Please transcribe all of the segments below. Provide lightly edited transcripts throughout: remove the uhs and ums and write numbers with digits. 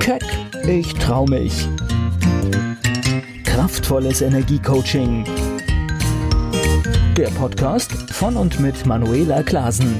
Keck, ich trau mich. Kraftvolles Energiecoaching. Der Podcast von und mit Manuela Klasen.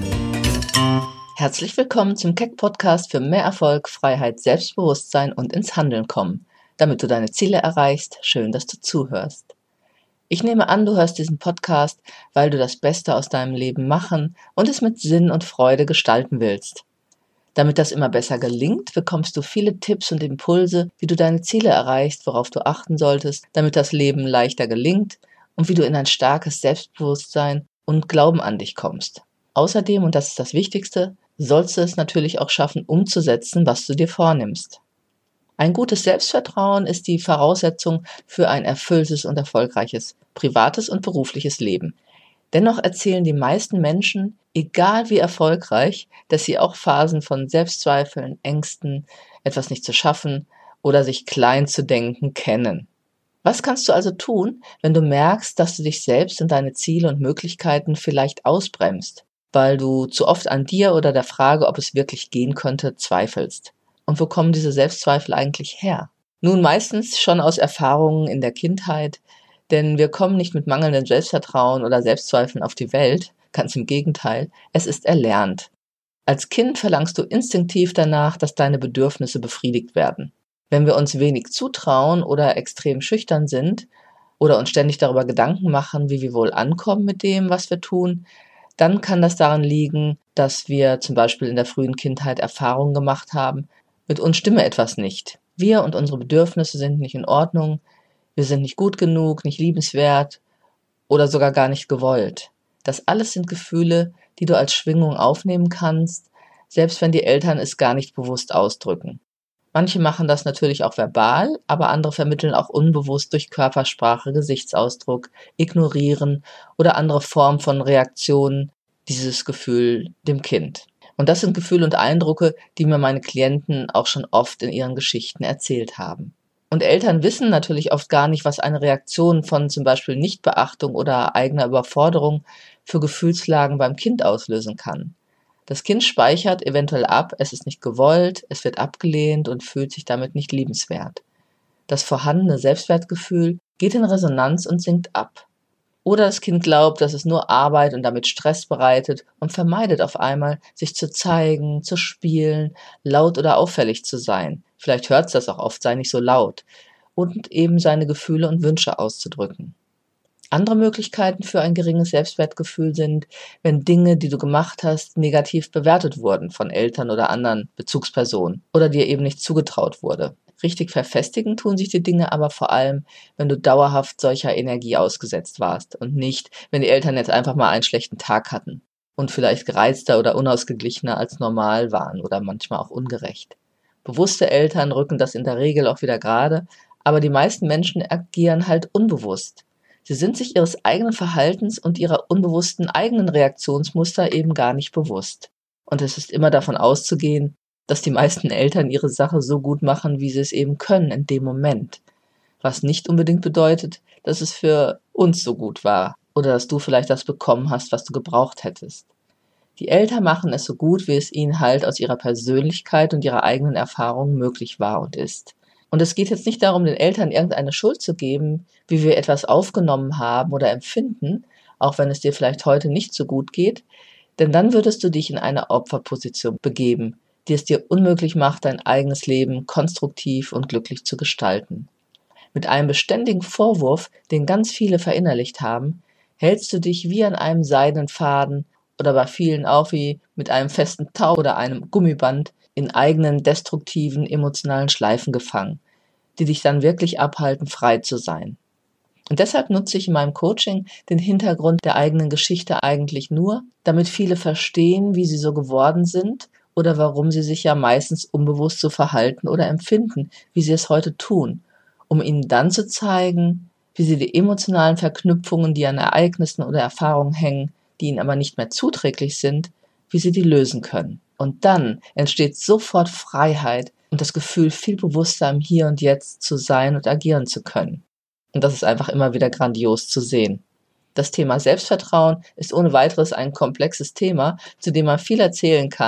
Herzlich willkommen zum Keck-Podcast für mehr Erfolg, Freiheit, Selbstbewusstsein und ins Handeln kommen. Damit du deine Ziele erreichst, schön, dass du zuhörst. Ich nehme an, du hörst diesen Podcast, weil du das Beste aus deinem Leben machen und es mit Sinn und Freude gestalten willst. Damit das immer besser gelingt, bekommst du viele Tipps und Impulse, wie du deine Ziele erreichst, worauf du achten solltest, damit das Leben leichter gelingt und wie du in ein starkes Selbstbewusstsein und Glauben an dich kommst. Außerdem, und das ist das Wichtigste, sollst du es natürlich auch schaffen, umzusetzen, was du dir vornimmst. Ein gutes Selbstvertrauen ist die Voraussetzung für ein erfülltes und erfolgreiches privates und berufliches Leben. Dennoch erzählen die meisten Menschen, egal wie erfolgreich, dass sie auch Phasen von Selbstzweifeln, Ängsten, etwas nicht zu schaffen oder sich klein zu denken kennen. Was kannst du also tun, wenn du merkst, dass du dich selbst und deine Ziele und Möglichkeiten vielleicht ausbremst, weil du zu oft an dir oder der Frage, ob es wirklich gehen könnte, zweifelst? Und wo kommen diese Selbstzweifel eigentlich her? Nun, meistens schon aus Erfahrungen in der Kindheit, denn wir kommen nicht mit mangelndem Selbstvertrauen oder Selbstzweifeln auf die Welt, ganz im Gegenteil, es ist erlernt. Als Kind verlangst du instinktiv danach, dass deine Bedürfnisse befriedigt werden. Wenn wir uns wenig zutrauen oder extrem schüchtern sind oder uns ständig darüber Gedanken machen, wie wir wohl ankommen mit dem, was wir tun, dann kann das daran liegen, dass wir zum Beispiel in der frühen Kindheit Erfahrungen gemacht haben, mit uns stimme etwas nicht. Wir und unsere Bedürfnisse sind nicht in Ordnung, wir sind nicht gut genug, nicht liebenswert oder sogar gar nicht gewollt. Das alles sind Gefühle, die du als Schwingung aufnehmen kannst, selbst wenn die Eltern es gar nicht bewusst ausdrücken. Manche machen das natürlich auch verbal, aber andere vermitteln auch unbewusst durch Körpersprache, Gesichtsausdruck, Ignorieren oder andere Formen von Reaktionen dieses Gefühl dem Kind. Und das sind Gefühle und Eindrücke, die mir meine Klienten auch schon oft in ihren Geschichten erzählt haben. Und Eltern wissen natürlich oft gar nicht, was eine Reaktion von zum Beispiel Nichtbeachtung oder eigener Überforderung für Gefühlslagen beim Kind auslösen kann. Das Kind speichert eventuell ab, es ist nicht gewollt, es wird abgelehnt und fühlt sich damit nicht liebenswert. Das vorhandene Selbstwertgefühl geht in Resonanz und sinkt ab. Oder das Kind glaubt, dass es nur Arbeit und damit Stress bereitet und vermeidet auf einmal, sich zu zeigen, zu spielen, laut oder auffällig zu sein. Vielleicht hört es das auch oft, sei nicht so laut. Und eben seine Gefühle und Wünsche auszudrücken. Andere Möglichkeiten für ein geringes Selbstwertgefühl sind, wenn Dinge, die du gemacht hast, negativ bewertet wurden von Eltern oder anderen Bezugspersonen oder dir eben nicht zugetraut wurde. Richtig verfestigen tun sich die Dinge aber vor allem, wenn du dauerhaft solcher Energie ausgesetzt warst und nicht, wenn die Eltern jetzt einfach mal einen schlechten Tag hatten und vielleicht gereizter oder unausgeglichener als normal waren oder manchmal auch ungerecht. Bewusste Eltern rücken das in der Regel auch wieder gerade, aber die meisten Menschen agieren halt unbewusst. Sie sind sich ihres eigenen Verhaltens und ihrer unbewussten eigenen Reaktionsmuster eben gar nicht bewusst. Und es ist immer davon auszugehen, dass die meisten Eltern ihre Sache so gut machen, wie sie es eben können in dem Moment. Was nicht unbedingt bedeutet, dass es für uns so gut war oder dass du vielleicht das bekommen hast, was du gebraucht hättest. Die Eltern machen es so gut, wie es ihnen halt aus ihrer Persönlichkeit und ihrer eigenen Erfahrung möglich war und ist. Und es geht jetzt nicht darum, den Eltern irgendeine Schuld zu geben, wie wir etwas aufgenommen haben oder empfinden, auch wenn es dir vielleicht heute nicht so gut geht, denn dann würdest du dich in eine Opferposition begeben, die es dir unmöglich macht, dein eigenes Leben konstruktiv und glücklich zu gestalten. Mit einem beständigen Vorwurf, den ganz viele verinnerlicht haben, hältst du dich wie an einem seidenen Faden oder bei vielen auch wie mit einem festen Tau oder einem Gummiband in eigenen destruktiven emotionalen Schleifen gefangen, die dich dann wirklich abhalten, frei zu sein. Und deshalb nutze ich in meinem Coaching den Hintergrund der eigenen Geschichte eigentlich nur, damit viele verstehen, wie sie so geworden sind oder warum sie sich ja meistens unbewusst so verhalten oder empfinden, wie sie es heute tun, um ihnen dann zu zeigen, wie sie die emotionalen Verknüpfungen, die an Ereignissen oder Erfahrungen hängen, die ihnen aber nicht mehr zuträglich sind, wie sie die lösen können. Und dann entsteht sofort Freiheit und das Gefühl, viel bewusster im Hier und Jetzt zu sein und agieren zu können. Und das ist einfach immer wieder grandios zu sehen. Das Thema Selbstvertrauen ist ohne weiteres ein komplexes Thema, zu dem man viel erzählen kann,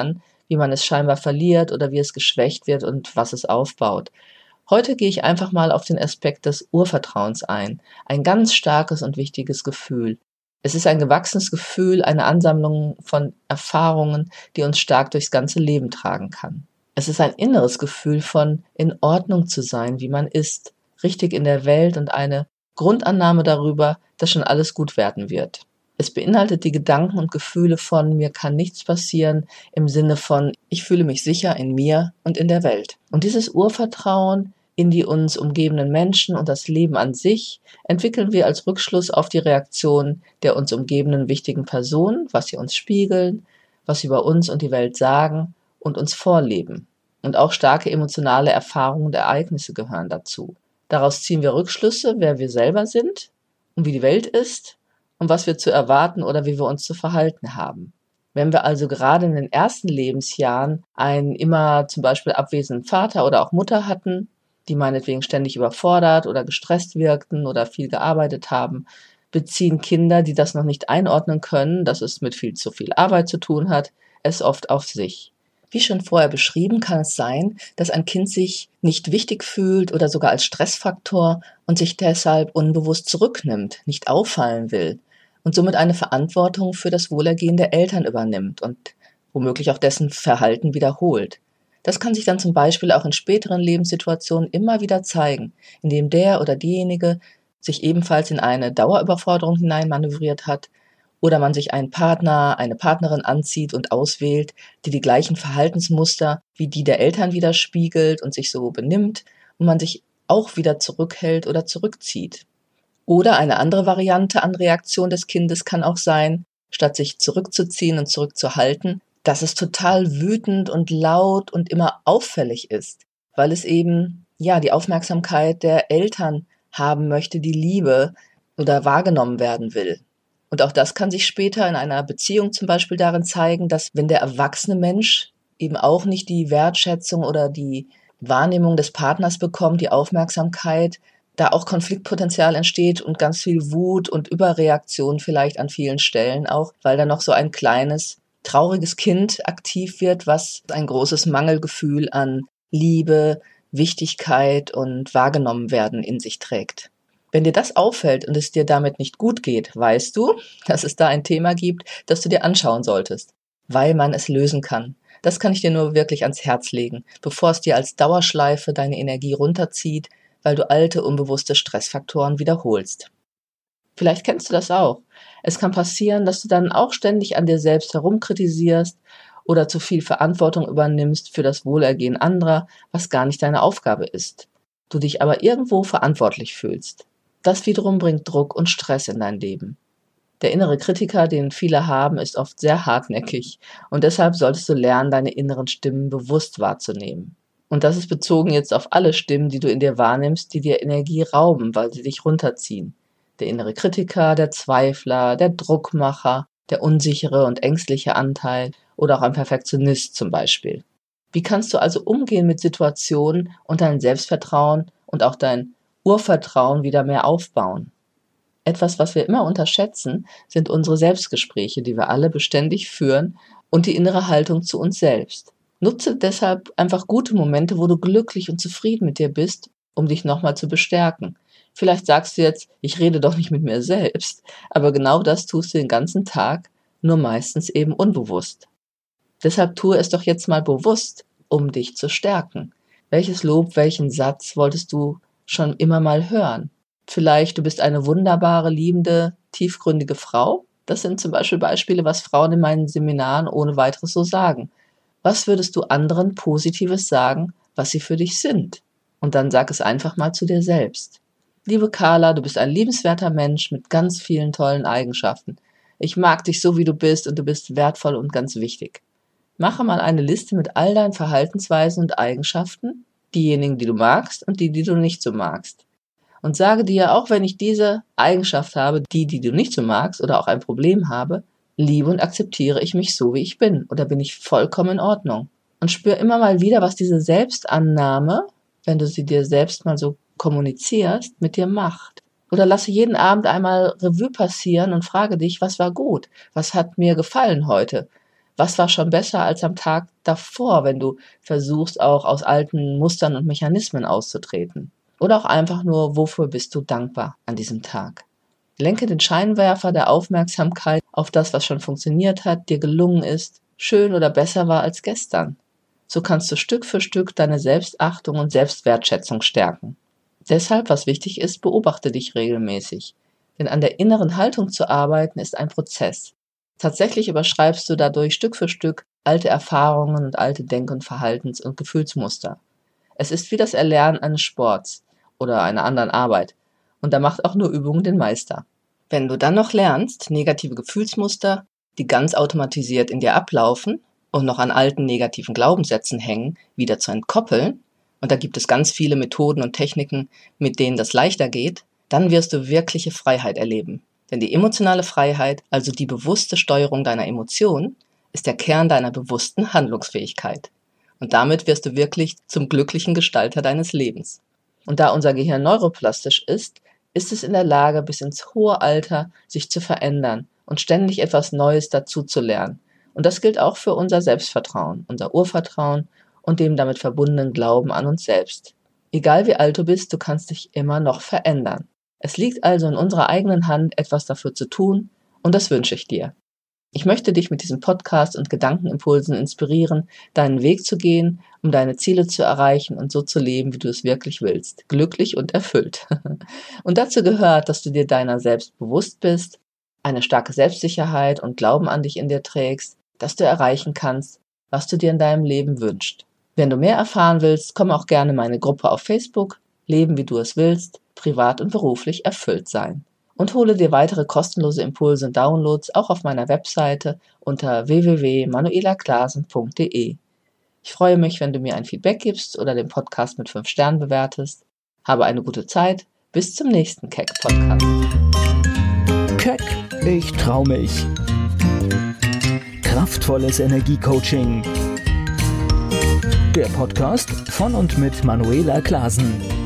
wie man es scheinbar verliert oder wie es geschwächt wird und was es aufbaut. Heute gehe ich einfach mal auf den Aspekt des Urvertrauens ein. Ein ganz starkes und wichtiges Gefühl. Es ist ein gewachsenes Gefühl, eine Ansammlung von Erfahrungen, die uns stark durchs ganze Leben tragen kann. Es ist ein inneres Gefühl von in Ordnung zu sein, wie man ist, richtig in der Welt und eine Grundannahme darüber, dass schon alles gut werden wird. Es beinhaltet die Gedanken und Gefühle von mir kann nichts passieren im Sinne von ich fühle mich sicher in mir und in der Welt. Und dieses Urvertrauen in die uns umgebenden Menschen und das Leben an sich entwickeln wir als Rückschluss auf die Reaktion der uns umgebenden wichtigen Personen, was sie uns spiegeln, was sie über uns und die Welt sagen und uns vorleben. Und auch starke emotionale Erfahrungen und Ereignisse gehören dazu. Daraus ziehen wir Rückschlüsse, wer wir selber sind und wie die Welt ist und was wir zu erwarten oder wie wir uns zu verhalten haben. Wenn wir also gerade in den ersten Lebensjahren einen immer zum Beispiel abwesenden Vater oder auch Mutter hatten, die meinetwegen ständig überfordert oder gestresst wirkten oder viel gearbeitet haben, beziehen Kinder, die das noch nicht einordnen können, dass es mit viel zu viel Arbeit zu tun hat, es oft auf sich. Wie schon vorher beschrieben, kann es sein, dass ein Kind sich nicht wichtig fühlt oder sogar als Stressfaktor und sich deshalb unbewusst zurücknimmt, nicht auffallen will und somit eine Verantwortung für das Wohlergehen der Eltern übernimmt und womöglich auch dessen Verhalten wiederholt. Das kann sich dann zum Beispiel auch in späteren Lebenssituationen immer wieder zeigen, indem der oder diejenige sich ebenfalls in eine Dauerüberforderung hineinmanövriert hat oder man sich einen Partner, eine Partnerin anzieht und auswählt, die die gleichen Verhaltensmuster wie die der Eltern widerspiegelt und sich so benimmt und man sich auch wieder zurückhält oder zurückzieht. Oder eine andere Variante an Reaktion des Kindes kann auch sein, statt sich zurückzuziehen und zurückzuhalten, dass es total wütend und laut und immer auffällig ist, weil es eben, ja, die Aufmerksamkeit der Eltern haben möchte, die Liebe oder wahrgenommen werden will. Und auch das kann sich später in einer Beziehung zum Beispiel darin zeigen, dass wenn der erwachsene Mensch eben auch nicht die Wertschätzung oder die Wahrnehmung des Partners bekommt, die Aufmerksamkeit, da auch Konfliktpotenzial entsteht und ganz viel Wut und Überreaktion vielleicht an vielen Stellen auch, weil da noch so ein kleines, trauriges Kind aktiv wird, was ein großes Mangelgefühl an Liebe, Wichtigkeit und wahrgenommen werden in sich trägt. Wenn dir das auffällt und es dir damit nicht gut geht, weißt du, dass es da ein Thema gibt, das du dir anschauen solltest, weil man es lösen kann. Das kann ich dir nur wirklich ans Herz legen, bevor es dir als Dauerschleife deine Energie runterzieht, weil du alte, unbewusste Stressfaktoren wiederholst. Vielleicht kennst du das auch. Es kann passieren, dass du dann auch ständig an dir selbst herumkritisierst oder zu viel Verantwortung übernimmst für das Wohlergehen anderer, was gar nicht deine Aufgabe ist. Du dich aber irgendwo verantwortlich fühlst. Das wiederum bringt Druck und Stress in dein Leben. Der innere Kritiker, den viele haben, ist oft sehr hartnäckig und deshalb solltest du lernen, deine inneren Stimmen bewusst wahrzunehmen. Und das ist bezogen jetzt auf alle Stimmen, die du in dir wahrnimmst, die dir Energie rauben, weil sie dich runterziehen. Der innere Kritiker, der Zweifler, der Druckmacher, der unsichere und ängstliche Anteil oder auch ein Perfektionist zum Beispiel. Wie kannst du also umgehen mit Situationen und dein Selbstvertrauen und auch dein Urvertrauen wieder mehr aufbauen? Etwas, was wir immer unterschätzen, sind unsere Selbstgespräche, die wir alle beständig führen und die innere Haltung zu uns selbst. Nutze deshalb einfach gute Momente, wo du glücklich und zufrieden mit dir bist, um dich nochmal zu bestärken. Vielleicht sagst du jetzt, ich rede doch nicht mit mir selbst, aber genau das tust du den ganzen Tag, nur meistens eben unbewusst. Deshalb tue es doch jetzt mal bewusst, um dich zu stärken. Welches Lob, welchen Satz wolltest du schon immer mal hören? Vielleicht, du bist eine wunderbare, liebende, tiefgründige Frau. Das sind zum Beispiel Beispiele, was Frauen in meinen Seminaren ohne weiteres so sagen. Was würdest du anderen Positives sagen, was sie für dich sind? Und dann sag es einfach mal zu dir selbst. Liebe Carla, du bist ein liebenswerter Mensch mit ganz vielen tollen Eigenschaften. Ich mag dich so, wie du bist und du bist wertvoll und ganz wichtig. Mache mal eine Liste mit all deinen Verhaltensweisen und Eigenschaften, diejenigen, die du magst und die du nicht so magst. Und sage dir, auch wenn ich diese Eigenschaft habe, die du nicht so magst oder auch ein Problem habe, liebe und akzeptiere ich mich so, wie ich bin oder bin ich vollkommen in Ordnung. Und spür immer mal wieder, was diese Selbstannahme, wenn du sie dir selbst mal so kommunizierst, mit dir macht. Oder lasse jeden Abend einmal Revue passieren und frage dich, was war gut? Was hat mir gefallen heute? Was war schon besser als am Tag davor, wenn du versuchst, auch aus alten Mustern und Mechanismen auszutreten? Oder auch einfach nur, wofür bist du dankbar an diesem Tag? Lenke den Scheinwerfer der Aufmerksamkeit auf das, was schon funktioniert hat, dir gelungen ist, schön oder besser war als gestern. So kannst du Stück für Stück deine Selbstachtung und Selbstwertschätzung stärken. Deshalb, was wichtig ist, beobachte dich regelmäßig. Denn an der inneren Haltung zu arbeiten, ist ein Prozess. Tatsächlich überschreibst du dadurch Stück für Stück alte Erfahrungen und alte Denk- und Verhaltens- und Gefühlsmuster. Es ist wie das Erlernen eines Sports oder einer anderen Arbeit. Und da macht auch nur Übung den Meister. Wenn du dann noch lernst, negative Gefühlsmuster, die ganz automatisiert in dir ablaufen und noch an alten negativen Glaubenssätzen hängen, wieder zu entkoppeln, und da gibt es ganz viele Methoden und Techniken, mit denen das leichter geht, dann wirst du wirkliche Freiheit erleben. Denn die emotionale Freiheit, also die bewusste Steuerung deiner Emotionen, ist der Kern deiner bewussten Handlungsfähigkeit. Und damit wirst du wirklich zum glücklichen Gestalter deines Lebens. Und da unser Gehirn neuroplastisch ist es in der Lage, bis ins hohe Alter sich zu verändern und ständig etwas Neues dazu zu lernen. Und das gilt auch für unser Selbstvertrauen, unser Urvertrauen und dem damit verbundenen Glauben an uns selbst. Egal wie alt du bist, du kannst dich immer noch verändern. Es liegt also in unserer eigenen Hand, etwas dafür zu tun, und das wünsche ich dir. Ich möchte dich mit diesem Podcast und Gedankenimpulsen inspirieren, deinen Weg zu gehen, um deine Ziele zu erreichen und so zu leben, wie du es wirklich willst, glücklich und erfüllt. Und dazu gehört, dass du dir deiner selbst bewusst bist, eine starke Selbstsicherheit und Glauben an dich in dir trägst, dass du erreichen kannst, was du dir in deinem Leben wünschst. Wenn du mehr erfahren willst, komm auch gerne in meine Gruppe auf Facebook, Leben wie du es willst, privat und beruflich erfüllt sein. Und hole dir weitere kostenlose Impulse und Downloads auch auf meiner Webseite unter www.manuelaklasen.de. Ich freue mich, wenn du mir ein Feedback gibst oder den Podcast mit 5 Sternen bewertest. Habe eine gute Zeit. Bis zum nächsten Keck-Podcast. Keck, ich trau mich. Kraftvolles Energiecoaching. Der Podcast von und mit Manuela Klasen.